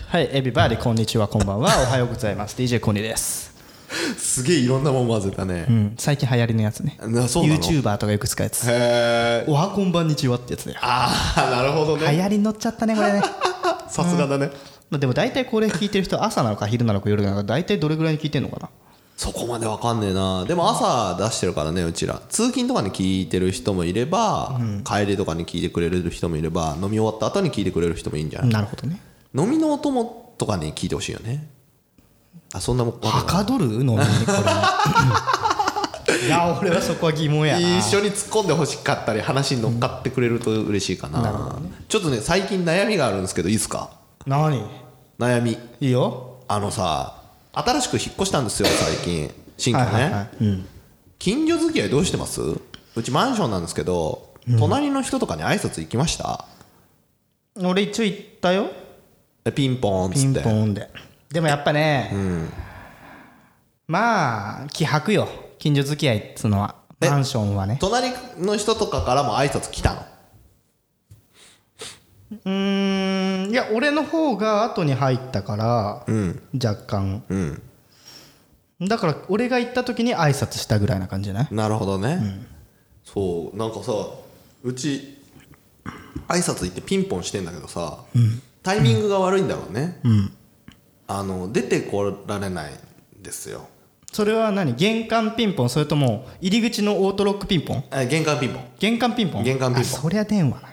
はい、エビバーディこんにちは、こんばんは、おはようございます。DJ コニーです。 すげえいろんなもん混ぜたね。 うん、最近流行りのやつね。 そうなの YouTuber とかよく使うやつ。 へおはこんばんにちはってやつだよ。 ああ、なるほどね。 流行りに乗っちゃったね、これね。 さすがだね。 でも大体これ聞いてる人、朝なのか昼なのか夜なのか、大体どれぐらいに聞いてんのかな。 そこまでわかんねえな。でも朝出してるからね、うちら。通勤とかに聞いてる人もいれば、帰りとかに聞いてくれる人もいれば、飲み終わった後に聞いてくれる人もいいんじゃない？ なるほどね。 飲みのお供とかに聞いてほしいよね。あ、そんなもん。 はかどる飲みにこれ。いや、俺はそこは疑問やな。 一緒に突っ込んでほしかったり話に乗っかってくれると嬉しいかな。 なるほどね。 ちょっとね、最近悩みがあるんですけどいいですか？ 何？ 悩み。 いいよ。 新しく引っ越したんですよ最近。新居ね、 はいはいはい、うん、 近所付き合いどうしてます？うちマンションなんですけど、隣の人とかに挨拶行きました？ 俺一応行ったよ。 ピンポンっつって。 ピンポンで。でもやっぱね、まあ気迫よ、近所付き合いっつうのは。マンションはね。 隣の人とかからも挨拶来たの？ いや俺の方が後に入ったから、若干、だから俺が行った時に挨拶したぐらいな感じじゃない？ なるほどね、そうなんかさ、うち挨拶行ってピンポンしてんだけどさ、タイミングが悪いんだろうね、出てこられないんですよ。 それは何？玄関ピンポン、それとも入り口のオートロックピンポン？ 玄関ピンポン。 玄関ピンポン。 玄関ピンポン。 そりゃ電話な。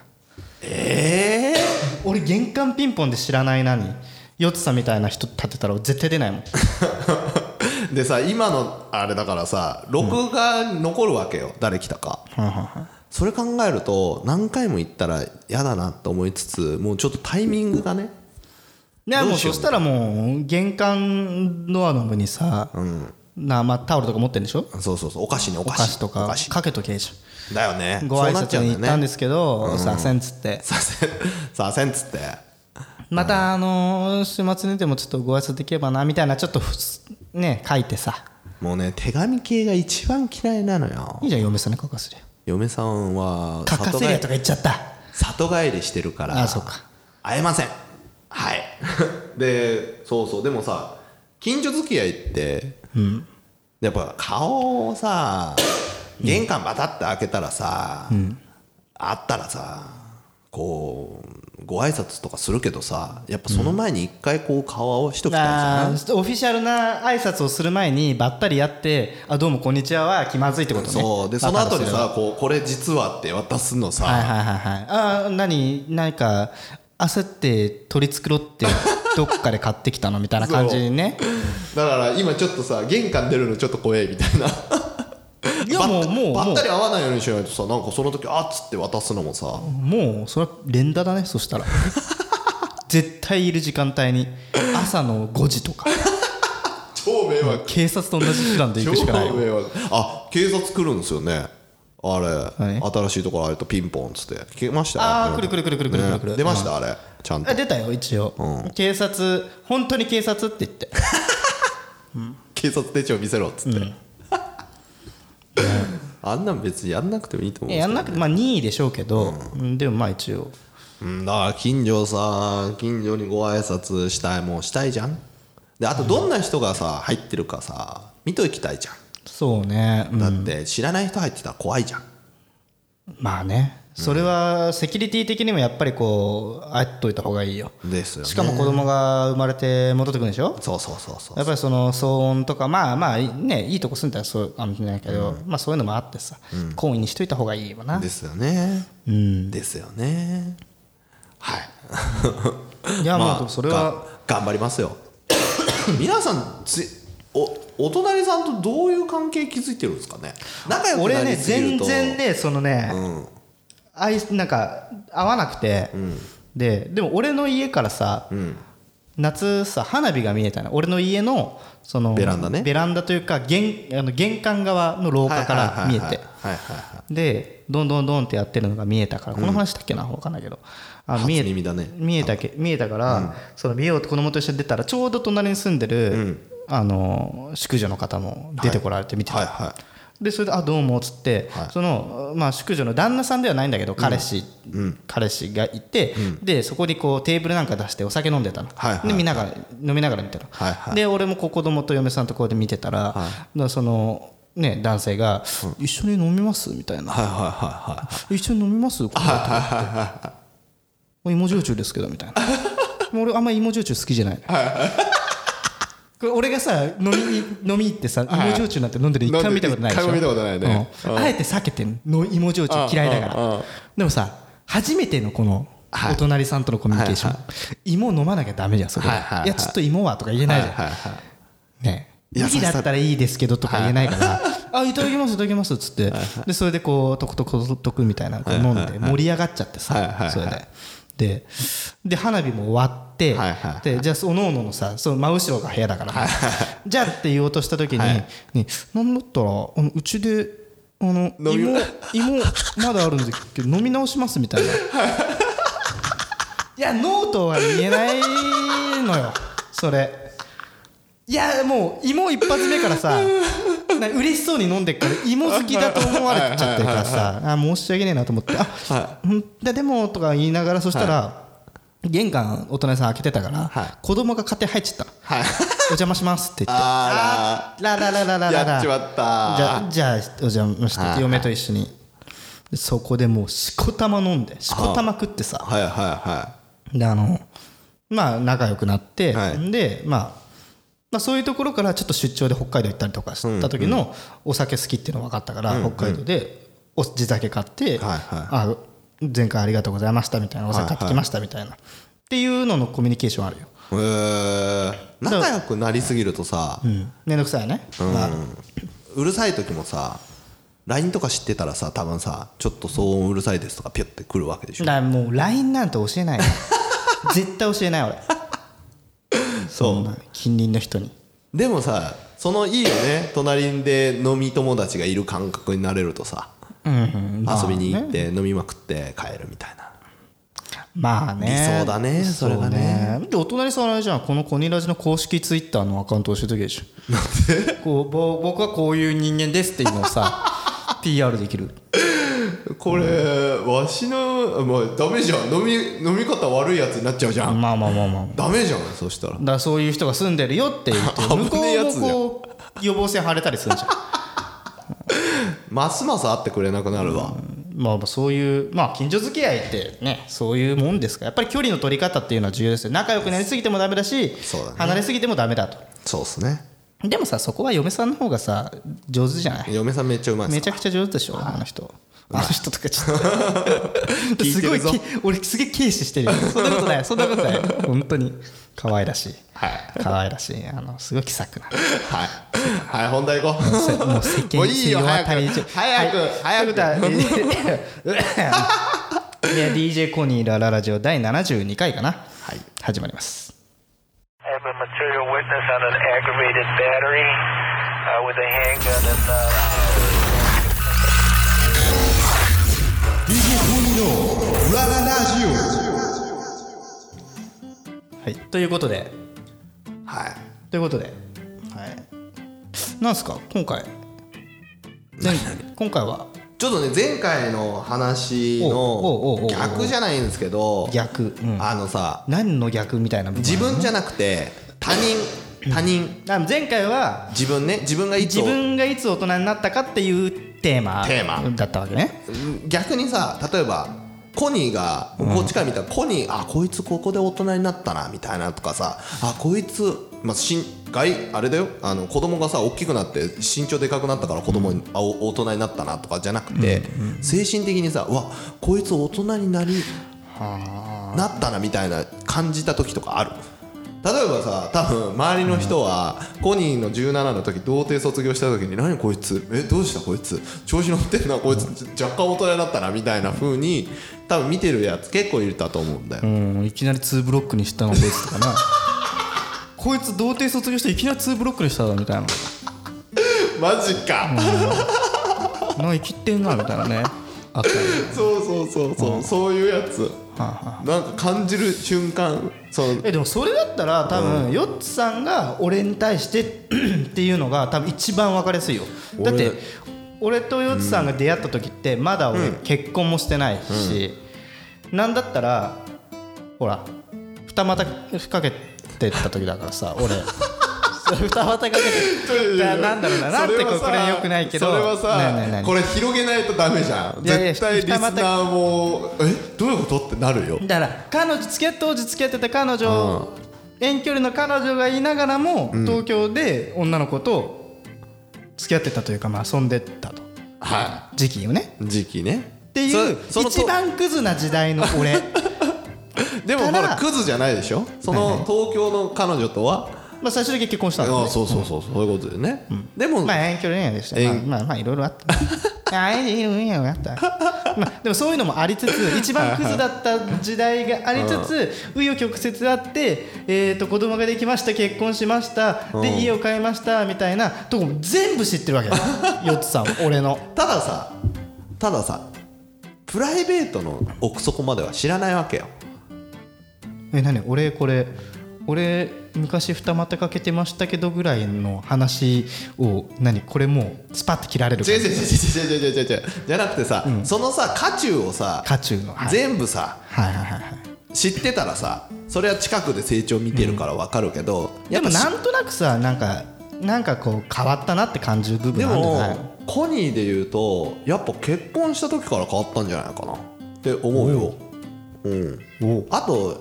俺玄関ピンポンで知らないヨッツさんみたいな人立てたら絶対出ないもん。 でさ、今のあれだからさ、録画残るわけよ、誰来たか。それ考えると何回も行ったら嫌だなと思いつつ、もうちょっとタイミングがね。 いやもうそしたらもう玄関ドアの上にさ、まあ、タオルとか持ってるんでしょ？ そうそうそう、お菓子ね、 お菓子とかかけとけじゃん。だよね。 ご挨拶に行ったんですけど、させんっつって。 させんっつって。 また週末にでもちょっとご挨拶できればなみたいな、ちょっとね書いてさ。 もうね、手紙系が一番嫌いなのよ。 いいじゃん、嫁さんに書かせりゃ。 嫁さんは書かせりゃとか言っちゃった。 里帰りしてるから。 あ、そうか。 会えません。はい。で、そうそう、でもさ、近所付き合いって、やっぱ顔をさ、玄関バタって開けたらさ、会ったらさ、こうご挨拶とかするけどさ、やっぱその前に一回こう顔をしときたいじゃない？ オフィシャルな挨拶をする前にばったりやって、あ、どうもこんにちはは気まずいってことね。 そうで、その後にさ、これ実はって渡すのさ、 何か焦って取り繕ってどっかで買ってきたのみたいな感じにね。 だから今ちょっとさ、玄関出るのちょっと怖いみたいな。 いやもうばったり会わないようにしないとさ、なんかその時あっつって渡すのもさ、 もうそれは連打だね。そしたら絶対いる時間帯に朝の5時とか超迷惑。 警察と同じ手段で行くしかないよ。 超迷惑。あ、警察来るんですよね、あれ。新しいところあるとピンポンっつって来ました。 ああ、来る、 出ました、あれちゃんと出たよ一応、警察、本当に警察って言って警察手帳見せろっつって、あんなん別にやんなくてもいいと思うんですけど、ね、 やんなくて、まあ任意でしょうけど、でもまあ一応、 だから近所にご挨拶したい、もうしたいじゃん。で、あとどんな人がさ入ってるかさ見ときたいじゃん。 そうね、 だって知らない人入ってたら怖いじゃん。まあね、それはセキュリティ的にもやっぱりこうあっといた方がいいよ。 ですよね。 しかも子供が生まれて戻ってくるんでしょ。 そうやっぱりその騒音とか、まあね、いいとこ住んだらそうかもしれないけど、まあそういうのもあってさ、懇意にしといた方がいいよな。 ですよね、ですよね。はい。 いや、もうそれは頑張りますよ。皆さんお隣さんとどういう関係築いてるんですかね。仲良くなりすぎると。 俺ね、全然ね、そのね、なんか合わなくて、でも俺の家からさ、夏さ花火が見えたの。俺の家のそのベランダというか玄関側の廊下から見えて、でどんどんってやってるのが見えたから、この話したっけな、分かんないけど、見えたから、その見ようと子供と一緒に出たら、ちょうど隣に住んでる宿女の方も出てこられて見てた。 でそれで「あどうも」っつって、そのまあ淑女の旦那さんではないんだけど彼氏がいて、でそこにこうテーブルなんか出してお酒飲んでたの、で飲みながら見てたの、で俺も子供と嫁さんとこうで見てたら、そのね男性が「一緒に飲みます?」みたいな「一緒に飲みます?」これ芋焼酎ですけどみたいな俺あんまり芋焼酎好きじゃないこれ俺がさ飲み行ってさ芋焼酎なんて飲んでる一回も見たことないでしょ。 一回も見たことないね、 あえて避けてんの芋焼酎嫌いだからでもさ初めてのこのお隣さんとのコミュニケーション、芋飲まなきゃダメじゃんそれ、いやちょっと芋はとか言えないじゃん、ね麦だったらいいですけどとか言えないからあいただきますいただきますっつってでそれでこうトクトクトクトクみたいな飲んで盛り上がっちゃってさそれで花火も終わって、でじゃあおのおののさその真後ろが部屋だから、じゃあって言おうとした時に、なんだったらうちで芋まだあるんですけど飲み直しますみたいな。いやノーとは言えないのよそれ。いやもう芋一発目からさ嬉しそうに飲んでっから芋好きだと思われちゃってるからさ申し訳ねえなと思ってでもとか言いながらそしたら玄関お隣さん開けてたから子供が勝手に入っちゃったお邪魔しますって言ってやっちまったじゃあお邪魔して嫁と一緒にそこでもうしこたま飲んでしこたま食ってさでまあ仲良くなってでまあそういうところからちょっと出張で北海道行ったりとかした時のお酒好きっていうの分かったから北海道で地酒買って前回ありがとうございましたみたいなお酒買ってきましたみたいなっていうののコミュニケーションあるよ。 仲良くなりすぎるとさめんどくさいねうるさい時もさ LINE とか知ってたらさ多分さちょっと騒音うるさいですとかピュッてくるわけでしょ。 だからもう LINE なんて教えないよ絶対教えない俺そう近隣の人に。 でもさそのいいよね隣で飲み友達がいる感覚になれるとさ、遊びに行って飲みまくって帰るみたいな。 まあね理想だねそれがね。 でお隣さんあれじゃんこのコニラジの公式ツイッターのアカウントを教えとけでしょ。なんで僕はこういう人間ですっていうのをさPR できる。 これわしのまあダメじゃん飲み方悪いやつになっちゃうじゃん。 まあダメじゃんそしたら。 だからそういう人が住んでるよって言って向こうもこう予防線張れたりするじゃんますます会ってくれなくなるわ。 まあそういうまあ近所付き合いってねそういうもんですからやっぱり距離の取り方っていうのは重要ですよ。仲良くなりすぎてもダメだし離れすぎてもダメだと。 そうですね。でもさそこは嫁さんの方がさ上手じゃない。 嫁さんめっちゃうまい。 めちゃくちゃ上手でしょあの人とかちょっとすごい俺すげえ軽視してるよ。そんなことない本当に可愛らしい可愛らしいすごい気さくなはい本題行こう。 もう世間もういいよ早く DJ コニーラララジオ第72回かな始まります。はいということでなんすか今回はちょっとね前回の話の逆じゃないんですけど逆、 さ何の逆みたいな自分じゃなくて他人前回は自分がいつ大人になったかっていうテーマだったわけね。 逆にさ例えばコニーがこっちから見たらコニーこいつここで大人になったなみたいなとかさこいつあれだよ子供がさ大きくなって身長でかくなったから大人になったなとかじゃなくて精神的にさこいつ大人になったなみたいな感じた時とかある。例えばさ多分周りの人はコニーの17の時童貞卒業した時に何こいつどうしたこいつ調子乗ってんなこいつ若干大人になったなみたいな風に多分見てるやつ結構いたと思うんだよ。 いきなり2ブロックにしたのですとかなこいつ童貞卒業していきなり2ブロックにしたのみたいなマジか生きってんなみたいなねあったそういうやつなんか感じる瞬間でもそれだったら多分ヨッツさんが俺に対してっていうのが多分一番分かりやすいよ。だって俺とヨッツさんが出会った時ってまだ俺結婚もしてないし、なんだったらほら二股かけてた時だからさ俺二股かけてなんだろうな、なんてこれよくないけど、 それはさこれ広げないとダメじゃん。絶対リスナーもどういうことってなるよ。 だから当時付き合ってた彼女、遠距離の彼女がいながらも東京で女の子と付き合ってたというか、まあ遊んでたと、時期よねっていう一番クズな時代の俺でもほらクズじゃないでしょ、その東京の彼女とは。 まあ最終的に結婚したんだね。 そういうことでね。でもまあ遠距離恋愛でしたよ。まあいろいろあったでもそういうのもありつつ、一番クズだった時代がありつつ、紆余曲折あって子供ができました、結婚しました、で家を買いましたみたいなとこも全部知ってるわけよヨッツさん俺の。 たださプライベートの奥底までは知らないわけよ。 何俺昔二股かけてましたけどぐらいの話をこれもうスパッて切られるか。 違うじゃなくてさ、そのさ渦中をさ全部さ知ってたらさ、それは近くで成長見てるから分かるけど、 でもなんとなくさなんかこう変わったなって感じる部分あるんじゃない？ でもコニーで言うとやっぱ結婚した時から変わったんじゃないかなって思うよ。あと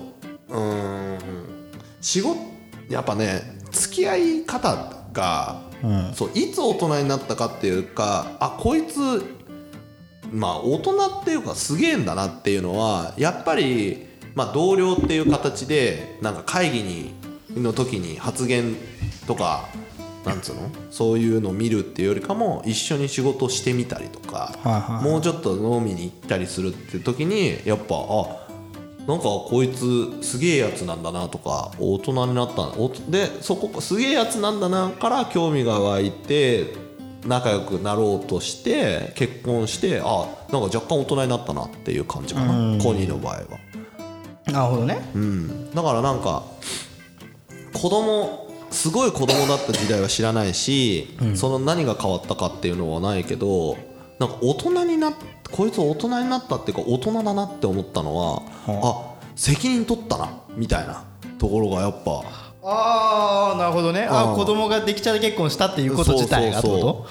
仕事やっぱね、付き合い方が、そういつ大人になったかっていうか、こいつまあ大人っていうかすげえんだなっていうのはやっぱり、同僚っていう形でなんか会議の時に発言とかなんつうの、そういうのを見るっていうよりかも一緒に仕事してみたりとか、もうちょっと飲みに行ったりするって時にやっぱなんかこいつすげえやつなんだなとか、大人になったでそこすげえやつなんだなから興味が湧いて仲良くなろうとして結婚して、なんか若干大人になったなっていう感じかな、コニーの場合は。 なるほどね。 だからなんかすごい子供だった時代は知らないし、その何が変わったかっていうのはないけど、なんかこいつ大人になったっていうか大人だなって思ったのは、責任取ったなみたいなところがやっぱ。 なるほどね。子供ができちゃう結婚したっていうこと自体がってこと？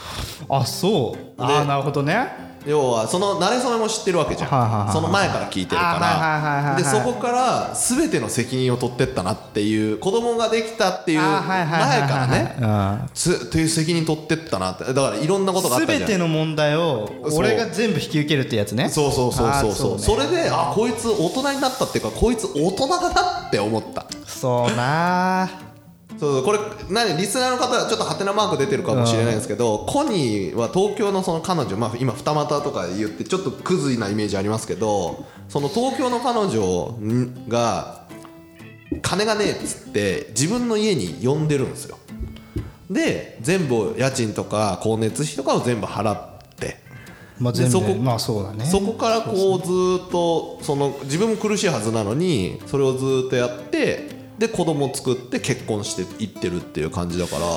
そうなるほどね。 要はその馴れ初めも知ってるわけじゃん、その前から聞いてるから。でそこから全ての責任を取ってったなっていう、子供ができたっていう前からねっていう責任取ってったなって。だからいろんなことがあったじゃん。 全ての問題を俺が全部引き受けるってやつね。 そうそれでこいつ大人になったっていうか、こいつ大人だなって思った。 そうなこれリスナーの方はちょっとハテナマーク出てるかもしれないんですけど、コニーは東京のその彼女、今二股とか言ってちょっとクズなイメージありますけど、その東京の彼女が金がねえっつって自分の家に呼んでるんですよ。で全部家賃とか光熱費とかを全部払って、 そうだね。 そこからこうずっと自分も苦しいはずなのにそれをずっとやって、で子供作って結婚していってるっていう感じだから、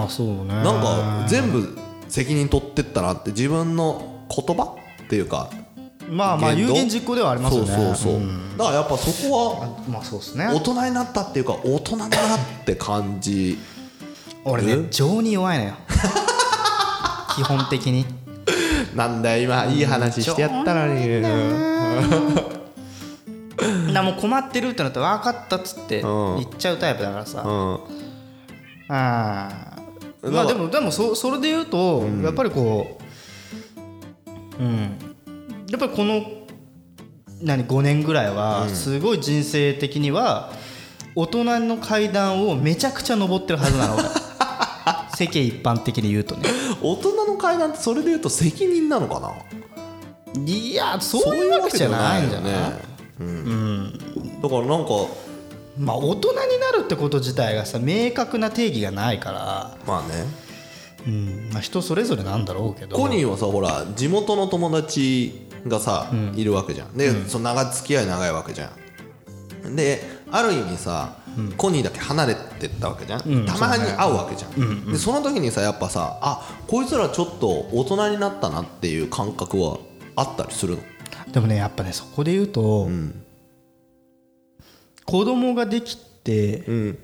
そうね。 なんか全部責任取ってったなって、自分の言葉っていうか有言実行ではありますよね。 だからやっぱそこはそうですね。 大人になったっていうか大人だなって感じ。 俺ね情に弱いのよ基本的に。 なんだよ今いい話してやったのにもう困ってるってなったら分かったっつって言っちゃうタイプだからさ。でもそれで言うと、やっぱりこうやっぱりこの5年ぐらいはすごい人生的には大人の階段をめちゃくちゃ登ってるはずなの世間一般的に言うとね。 大人の階段ってそれで言うと責任なのかな。 いやそういうわけじゃないんじゃない。 だからなんか大人になるってこと自体がさ明確な定義がないから、人それぞれなんだろうけど、 コニーはさほら地元の友達がさ、いるわけじゃん。で、その付き合い長いわけじゃん。である意味さ、コニーだけ離れてったわけじゃん、たまに会うわけじゃん、でその時にさやっぱさこいつらちょっと大人になったなっていう感覚はあったりするの？ でもねやっぱねそこで言うと、子供ができて、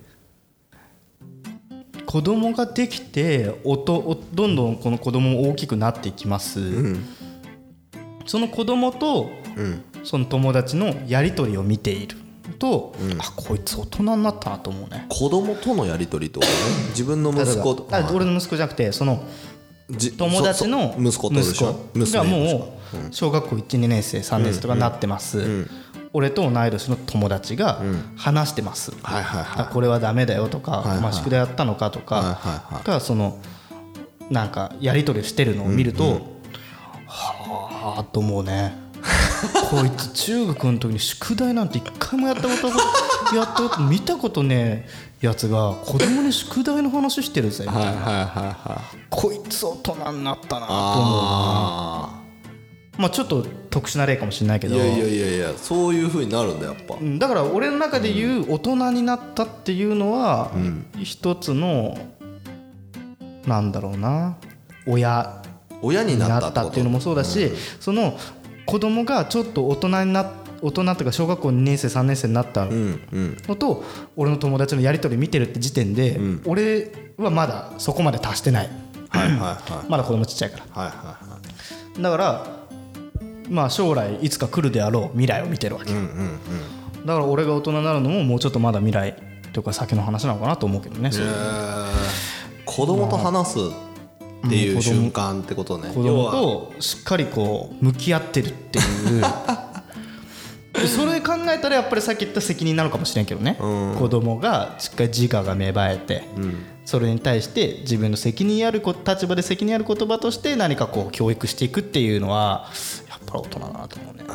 子供ができてどんどんこの子供も大きくなっていきます、その子供と、その友達のやり取りを見ていると、こいつ大人になったなと思うね。 子供とのやり取りとかね自分の息子と俺の息子じゃなくてその友達の息子がもう小学校 1,2 年生3年生とかになってます、俺と同い年の友達が話してます、これはダメだよとか、宿題やったのかとか、そのなんかやり取りをしてるのを見ると、はあと思うねこいつ中学の時に宿題なんて一回もやったこと見たことねえやつが子供に宿題の話してるぜみたいな、こいつ大人になったなと思う。ちょっと特殊な例かもしれないけど、 いやそういう風になるんだやっぱ。 だから俺の中で言う大人になったっていうのは、一つのなんだろうな親になったっていうのもそうだし、その子供がちょっと大人というか小学校2年生3年生になったのと、俺の友達のやり取り見てるって時点で、俺はまだそこまで達してない、まだ子供ちっちゃいから、だから将来いつか来るであろう未来を見てるわけ、だから俺が大人になるのももうちょっとまだ未来というか先の話なのかなと思うけどね。 子供と話すっていう瞬間ってことね。 子供としっかりこう向き合ってるっていうそれ考えたらやっぱりさっき言った責任なのかもしれんけどね、子供がしっかり自我が芽生えて、それに対して自分の責任ある立場で責任ある言葉として何かこう教育していくっていうのはやっぱり大人だなと思うね。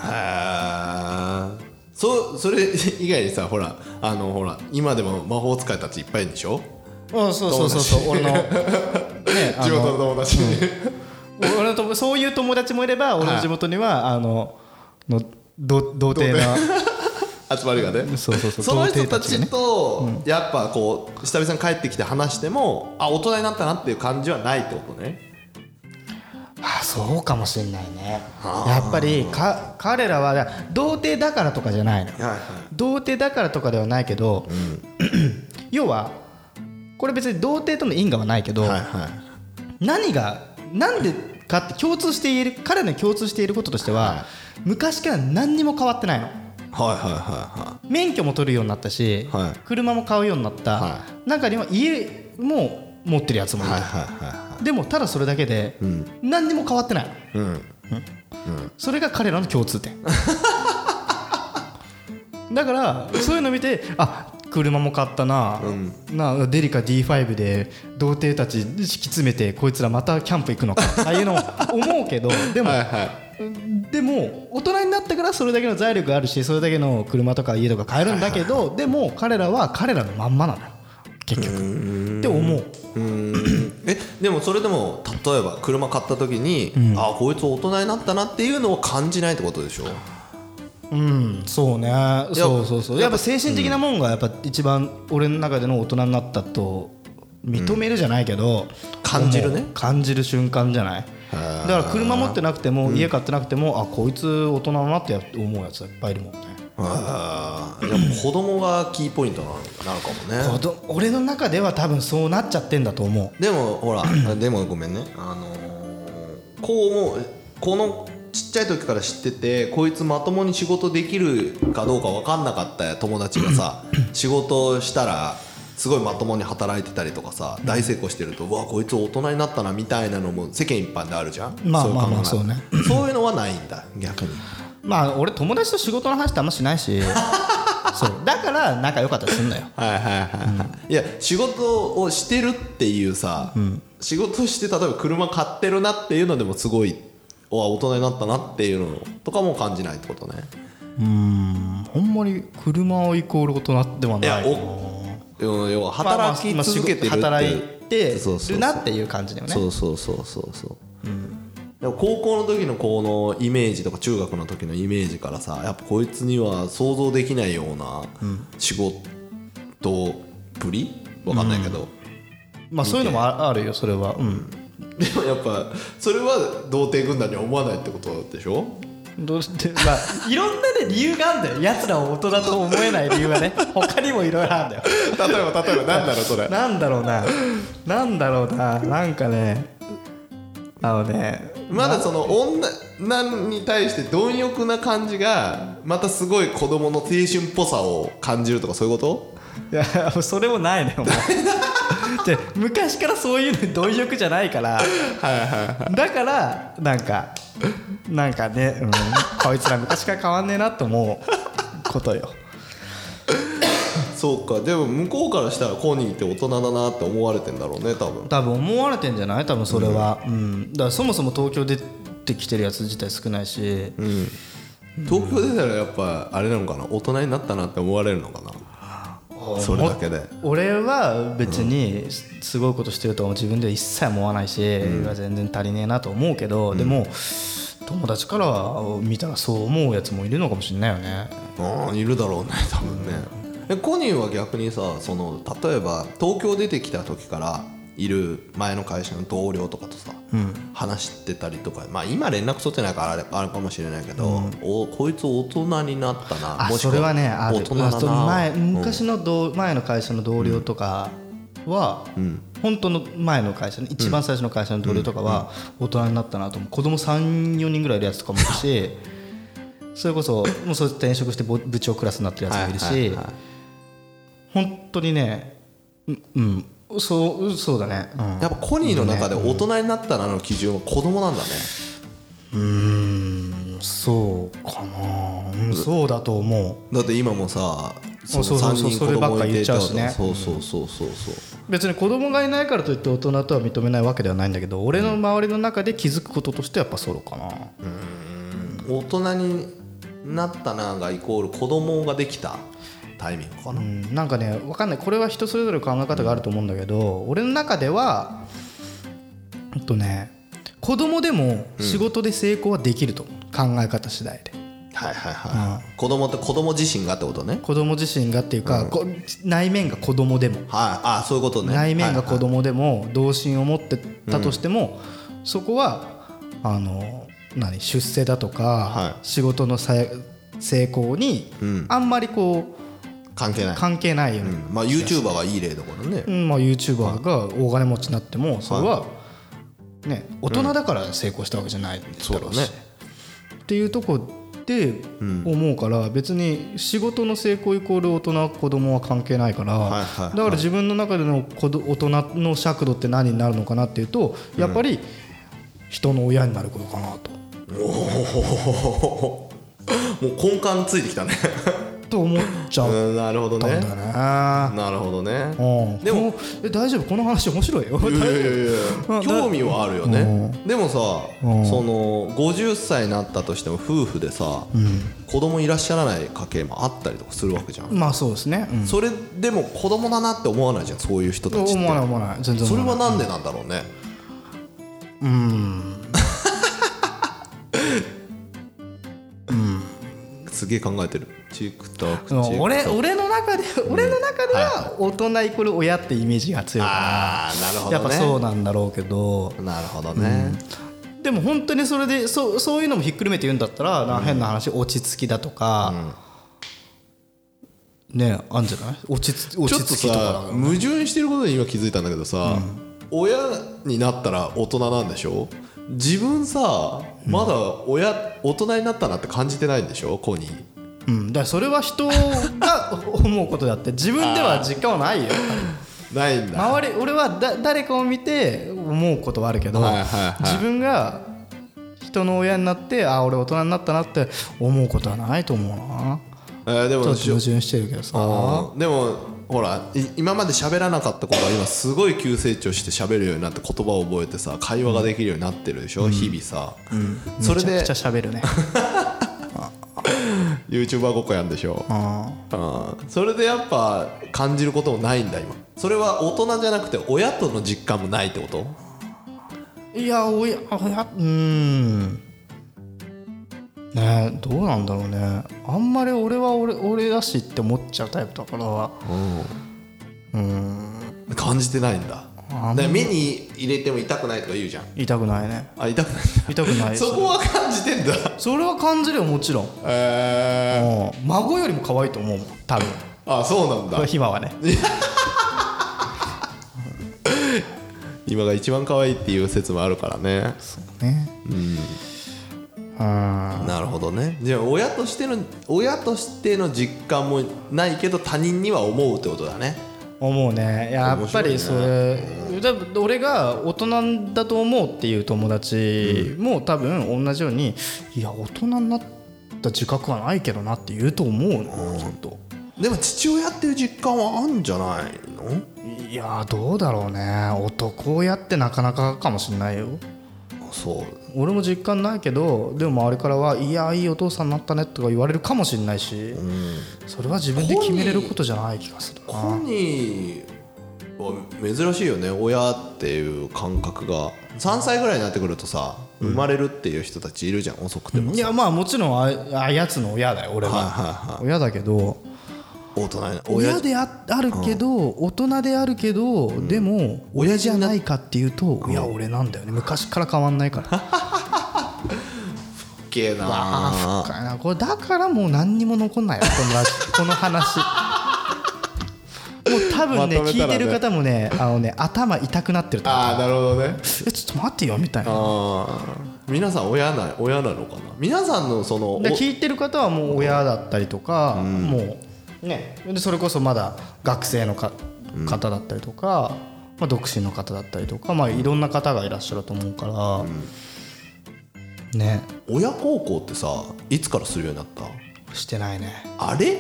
それ以外にさほら今でも魔法使いたちいっぱいいるんでしょ。 そう俺の地元の友達俺のそういう友達もいれば俺の地元には童貞な集まりがね。その人たちとやっぱこう久々に帰ってきて話しても大人になったなっていう感じはないってことね。 そうかもしれないね。やっぱり彼らは童貞だからとかじゃないの、童貞だからとかではないけど、要はこれ別に童貞との因果はないけど、なんでかって彼らに共通していることとしては、昔から何にも変わってないの。免許も取るようになったし、車も買うようになった、中には家も持ってるやつもいる、でもただそれだけで何にも変わってないの、それが彼らの共通点だからそういうのを見て車も買ったな、デリカ D5 で童貞たち敷き詰めてこいつらまたキャンプ行くのかああいうの思うけどでも大人になってからそれだけの財力があるしそれだけの車とか家とか買えるんだけどでも彼らは彼らのまんまなのよ結局って思う。 でもそれでも例えば車買った時に、こいつ大人になったなっていうのを感じないってことでしょ。 そうね。そうやっぱ精神的なもんがやっぱ一番俺の中での大人になったと認めるじゃないけど、 感じるね。 感じる瞬間じゃない。だから車持ってなくても家買ってなくてもこいつ大人だなって思うやついっぱいいるもんね。 子供がキーポイントなのかもね。 俺の中では多分そうなっちゃってんだと思う。 でもほらでもごめんね、このちっちゃい時から知っててこいつまともに仕事できるかどうか分かんなかった友達がさ仕事したらすごいまともに働いてたりとかさ大成功してるとうわこいつ大人になったなみたいなのも世間一般であるじゃん。 そうね。 そういうのはないんだ逆に。 俺友達と仕事の話ってあんましないしそうだから仲良かったりするんだよ。 いや仕事をしてるっていうさ、仕事して例えば車買ってるなっていうのでもすごい大人になったなっていうのとかも感じないってことね。 あんまり車をイコール大人ではない。 要は働き続けてるって働いてるなっていう感じだよね。 そうでも高校の時のこのイメージとか中学の時のイメージからさ、やっぱこいつには想像できないような仕事ぶりわかんないけど、 まあそういうのもあるよそれは。 でもやっぱそれは童貞軍団には思わないってことでしょ。 どうしてまあいろんなね理由があるんだよ。やつらを大人と思えない理由がね他にもいろいろあるんだよ。 例えばなんだろうそれ。 なんだろうななんかねまだその女に対して貪欲な感じがまたすごい子供の青春っぽさを感じるとかそういうこと？ いやそれもないのよもうで昔からそういうの貪欲じゃないからだからなんかね、こいつら昔から変わんねえなと思うことよ。 そうか。でも向こうからしたらコニーって大人だなって思われてんだろうね多分思われてんじゃない多分それは、だからそもそも東京出てきてるやつ自体少ないし、 東京出たらやっぱあれなのかな、大人になったなって思われるのかな、それだけで。 俺は別にすごいことしてるとは自分では一切思わないし、全然足りねえなと思うけど、でも友達から見たらそう思うやつもいるのかもしれないよね。 いるだろうね多分ね。コニーは逆にさ、その例えば東京出てきた時からいる前の会社の同僚とかとさ、話してたりとか、まあ今連絡取ってないからあれかもしれないけど、こいつ大人になったな、もしくはそれはね大人だな。 昔の前の会社の同僚とかは、本当の前の会社の一番最初の会社の同僚とかは大人になったなと思う。子供 3,4 人ぐらいいるやつとかもいるしそれこそもうそれ転職して部長クラスになってるやつもいるし、本当にね、そうだね、 やっぱコニーの中で大人になったなの基準は子供なんだね。 そうかな、そうだと思う。 だって今もさ、 その3人子供いてたらそう別に子供がいないからといって大人とは認めないわけではないんだけど、俺の周りの中で気づくこととしてはやっぱそうかな。 大人になったながイコール子供ができたタイミングかな。 なんかね分かんない、これは人それぞれ考え方があると思うんだけど、俺の中では子供でも仕事で成功はできると思う、考え方次第で。子供って子供自身がってことね。 子供自身がっていうか、内面が子供でも、 そういうことね。 内面が子供でも童心を持ってたとしても、そこは出世だとか、仕事の成功にあんまり関係ないよね。 YouTuber がいい例だからね。 YouTuber が大金持ちになってもそれはね大人だから成功したわけじゃないだろうし、っていうとこで思うから、別に仕事の成功イコール大人子供は関係ないから、だから自分の中での大人の尺度って何になるのかなっていうと、やっぱり人の親になることかなと。 もう根幹ついてきたねと思っちゃう。 なるほどね。なるほどね。 でも大丈夫、この話面白いよ。 興味はあるよね。でもさ、その50歳になったとしても夫婦でさ、子供いらっしゃらない家系もあったりとかするわけじゃん。 まあそうですね。 それでも子供だなって思わないじゃん、そういう人たちって。 思わない全然。 それはなんでなんだろうね。すげえ考えてる。 俺の中では大人イコール親ってイメージが強いから、 なるほどね。 やっぱそうなんだろうけど。 なるほどね。 でも本当にそれでそういうのもひっくるめて言うんだったら、変な話、落ち着きだとかね、あんじゃない。落ち着きとか。 矛盾してることに今気づいたんだけどさ、親になったら大人なんでしょ。自分さ、まだ大人になったなって感じてないんでしょ、コニー。 だからそれは人が思うことであって自分では実感はないよ。 ないんだ。 俺は誰かを見て思うことはあるけど、自分が人の親になって俺大人になったなって思うことはないと思うな。でもちょっと矛盾してるけどさ。 でもほら、今まで喋らなかった子が今すごい急成長して喋るようになって、言葉を覚えてさ、会話ができるようになってるでしょ、日々さ。それでめちゃくちゃ喋るね YouTuber ごっこやんでしょ。それでやっぱ感じることもないんだ今。それは大人じゃなくて親との実感もないってこと？ いやね、どうなんだろうね。あんまり俺は俺だしって思っちゃうタイプだから、 感じてないんだ。目に入れても痛くないとか言うじゃん。 痛くないね。 痛くない。 痛くない。 そこは感じてんだ。 それは感じるよ、もちろん。孫よりも可愛いと思うもん、多分。 そうなんだ。 今はね。 今が一番可愛いっていう説もあるからね。 そうね。 なるほどね。じゃあ親としての実感もないけど他人には思うってことだね。 思うね。やっぱりそれ、俺が大人だと思うっていう友達も多分同じように、いや大人になった自覚はないけどなって言うと思うの、ちょっと。 でも父親っていう実感はあるんじゃないの？ いやどうだろうね。男親ってなかなかかもしれないよ。 そう。 俺も実感ないけど、でも周りからはいやいいお父さんになったねとか言われるかもしれないし、それは自分で決めれることじゃない気がするな。 コニーは珍しいよね、親っていう感覚が。3歳ぐらいになってくるとさ、生まれるっていう人たちいるじゃん、遅くてもさ。 いやまあもちろんあやつの親だよ俺は、親だけど、 大人に親であるけど、大人であるけど、でも親じゃないかっていうと、いや俺なんだよね、昔から変わんないから深えな。 深いなこれ。だからもう何にも残んないよこの話もう多分ね、聞いてる方もね、頭痛くなってると思う。 なるほどね。 ちょっと待ってよみたいな。 皆さん親なのかな。皆さんのその聞いてる方はもう親だったりとか、もうね、でそれこそまだ学生の方だったりとか、独身の方だったりとか、いろんな方がいらっしゃると思うから、ね。 親孝行ってさ、いつからするようになった？ してないね。 あれ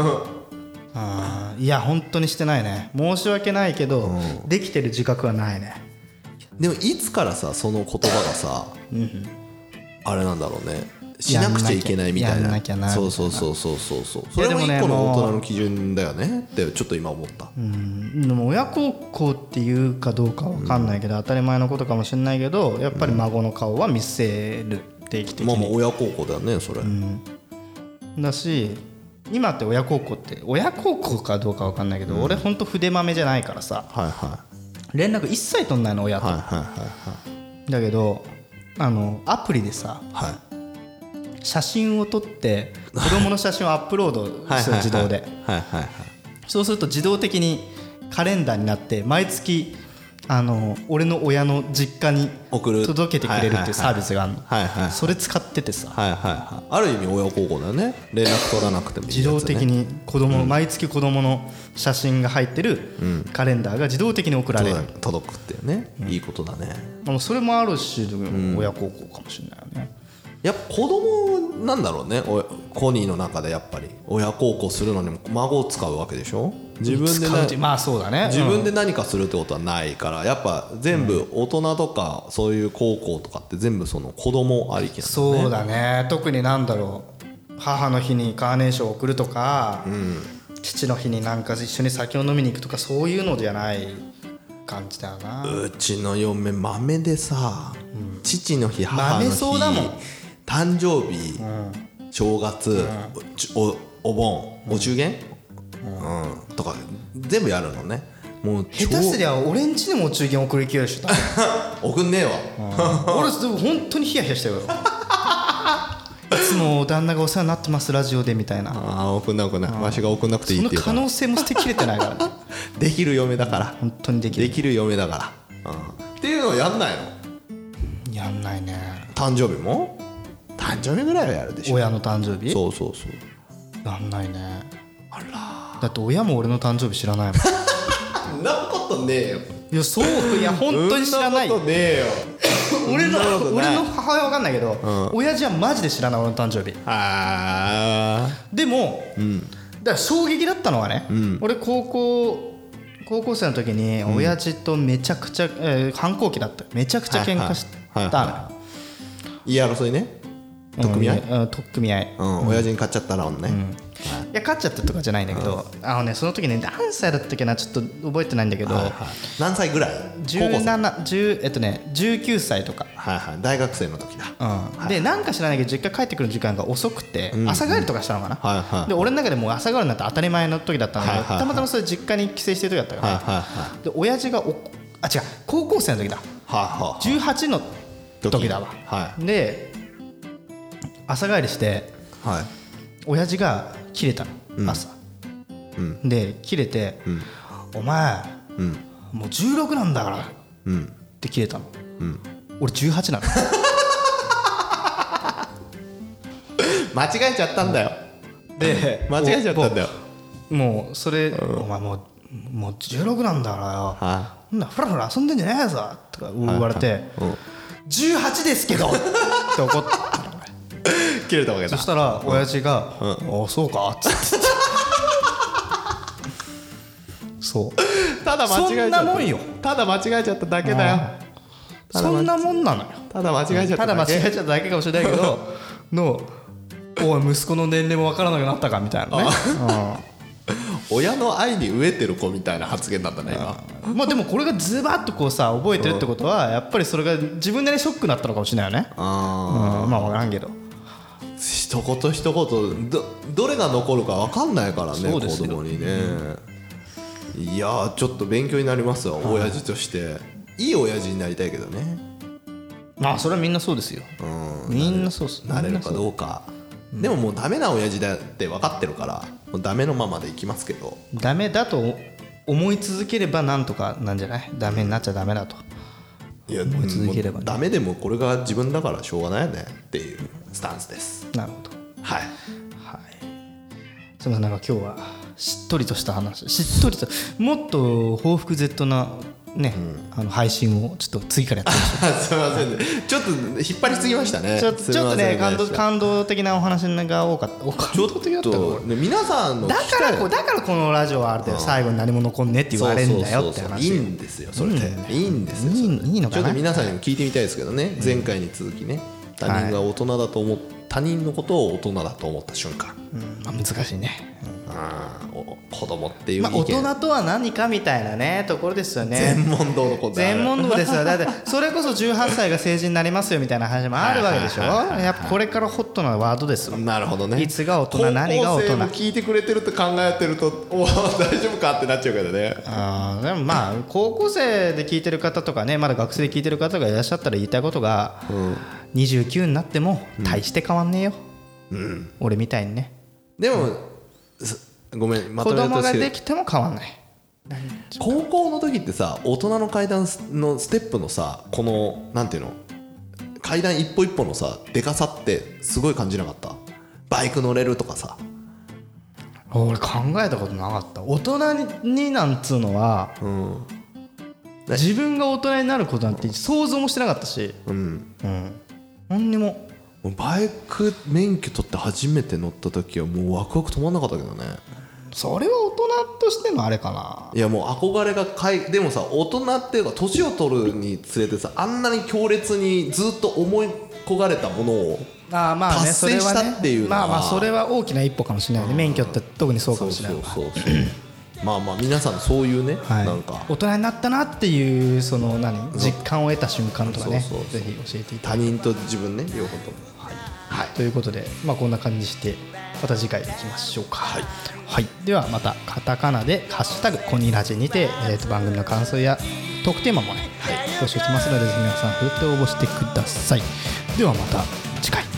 いや本当にしてないね。申し訳ないけど、できてる自覚はないね。 でもいつからさ、その言葉がさ、あれなんだろうね、しなくちゃいけないみたいな。そうそれも一個の大人の基準だよねってちょっと今思った。 でも親孝行っていうかどうか分かんないけど、当たり前のことかもしれないけど、やっぱり孫の顔は見せる、定期的に。 親孝行だよねそれ。 だし、今って親孝行かどうか分かんないけど、俺ほんと筆豆じゃないからさ、連絡一切取んないの親と。だけどアプリでさ、写真を撮って子供の写真をアップロードする、自動で。そうすると自動的にカレンダーになって、毎月俺の親の実家に届けてくれるっていうサービスがあるの。それ使っててさ、 ある意味親孝行だよね。連絡取らなくてもいいやつね。 自動的に毎月子供の写真が入ってるカレンダーが自動的に送られる、 届くっていうね。いいことだね。 それもあるし、親孝行かもしれないよね。 やっぱ子供なんだろうね。コニーの中でやっぱり親孝行するのにも孫を使うわけでしょ。自分でそうだね。 自分で何かするってことはないから、やっぱ全部大人とかそういう孝行とかって全部その子供ありきなんだね。 そうだね。特に母の日にカーネーションを送るとか、父の日になんか一緒に酒を飲みに行くとか、そういうのじゃない感じだよな。 うちの嫁豆でさ、父の日、母の日、誕生日、正月、お盆、お中元、とか全部やるのね。もう下手すりゃ俺んちにもお中元送りきれるし送んねえわ。 俺本当にヒヤヒヤしたよ。いつも旦那がお世話になってますラジオでみたいな。 送んないわしが送んなくていいっていう。 その可能性も捨てきれてないからできる嫁だから。 本当にできる嫁だから、っていうのはやんないの？ やんないね。 誕生日も誕生日ぐらいはやるでしょ。 親の誕生日。 そうやんないね。あら、だって親も俺の誕生日知らないもん。 そんなことねえよ。 いや本当に知らないよ。 そんなことねえよ。 俺の母親は分かんないけど、親父はマジで知らない俺の誕生日。でも、だから衝撃だったのはね、俺高校生の時に親父とめちゃくちゃ、反抗期だった。めちゃくちゃ喧嘩したの。 言い争いね。取っ組み合い。 親父に買っちゃったらね。 や勝っちゃったとかじゃないんだけど、その時ね何歳だったっけなちょっと覚えてないんだけど、 何歳ぐらい 19歳とか、 大学生の時だ、 でなんか知らないけど実家帰ってくる時間が遅くて、朝帰りとかしたのかな、で俺の中でもう朝帰りになって当たり前の時だったので、たまたまそれ実家に帰省してる時だったから、で親父が高校生の時だ、18の時だわ、で朝帰りして、親父が切れたの、朝、で切れて、お前、もう16なんだから、って切れたの、俺18なの間違えちゃったんだよ。 で間違えちゃったんだよ。 もうそれ、お前もう16なんだからよ、そんなフラフラ遊んでんじゃねえぞとか言われて、18ですけどって怒ったの。 切れたわけだ。 そしたら親父が「あそうか」っつってそうただ間違えちゃった。 そんなもんよ。 ただ間違えちゃっただけだよ。 そんなもんなのよ。 ただ間違えちゃっただけ。 ただ間違えちゃっただけかもしれないけどおい息子の年齢も分からなくなったかみたいなね。 親の愛に飢えてる子みたいな発言なんだね今。 まあでもこれがズバッとこうさ覚えてるってことはやっぱりそれが自分なりにショックになったのかもしれないよね。まあ分からんけど一言一言 どれが残るか分かんないからね、子供にね。いやちょっと勉強になりますわ、親父として。いい親父になりたいけどね。 まあそれはみんなそうですよ。みんなそうっす。 なれるかどうか。でももうダメな親父だって分かってるからもうダメのままでいきますけど、 ダメだと思い続ければなんとかなんじゃない。ダメになっちゃダメだと思い続ければ、ね、 ダメでもこれが自分だからしょうがないよねっていうスタンスです。 なるほど。 はい、 はい、そのなんか今日はしっとりとした話、しっとりともっと報復 Z なね、配信をちょっと次からやってみましょう。 すみませんね、ちょっと引っ張りすぎましたね。 ちょっとね感動的なお話が多かった。感動的だったの皆さんのだからこのラジオはある程度最後に何も残んねって言われるんだよって話。 いいんですよそれで、いいんですよ。 いいのかな。 ちょっと皆さんにも聞いてみたいですけどね、前回に続きね、他人が大人だと思っ他人のことを大人だと思った瞬間、 難しいね。 子供っていう意見、 大人とは何かみたいなねところですよね。 全問答のこと全問答ですよ。だってそれこそ18歳が成人になりますよみたいな話もあるわけでしょ。やっぱこれからホットなワードですよ。 なるほどね。 いつが大人、何が大人。 高校生も聞いてくれてると考えてると大丈夫かってなっちゃうけどね。 でもまあ高校生で聞いてる方とかね、まだ学生で聞いてる方がいらっしゃったら言いたいことが、29になっても大して変わんねえよ、俺みたいにね。 でも、ごめん、まとめると子供ができても変わんない。 高校の時ってさ、大人の階段のステップのさ、このなんていうの、階段一歩一歩のさでかさってすごい感じなかった？バイク乗れるとかさ。 俺考えたことなかった。大人になんつうのは、自分が大人になることなんて想像もしてなかったし、何にも。 バイク免許取って初めて乗った時はもうワクワク止まんなかったけどね。 それは大人としてのあれかな。 いやもう憧れがでもさ、大人っていうか年を取るにつれてさ、あんなに強烈にずっと思い焦がれたものを達成したっていうのは、 まあそれは大きな一歩かもしれないね。免許って特にそうかもしれない。 そうまあ皆さんそういうね、なんか大人になったなっていうその実感を得た瞬間とかね、ぜひ教えていただいて。 他人と自分ね、両方とも。 ということで、こんな感じしてまた次回いきましょうか。ではまたカタカナでハッシュタグコニラジにて、番組の感想やトークテーマもね、募集してますので、ぜひ皆さん振って応募してください。ではまた次回。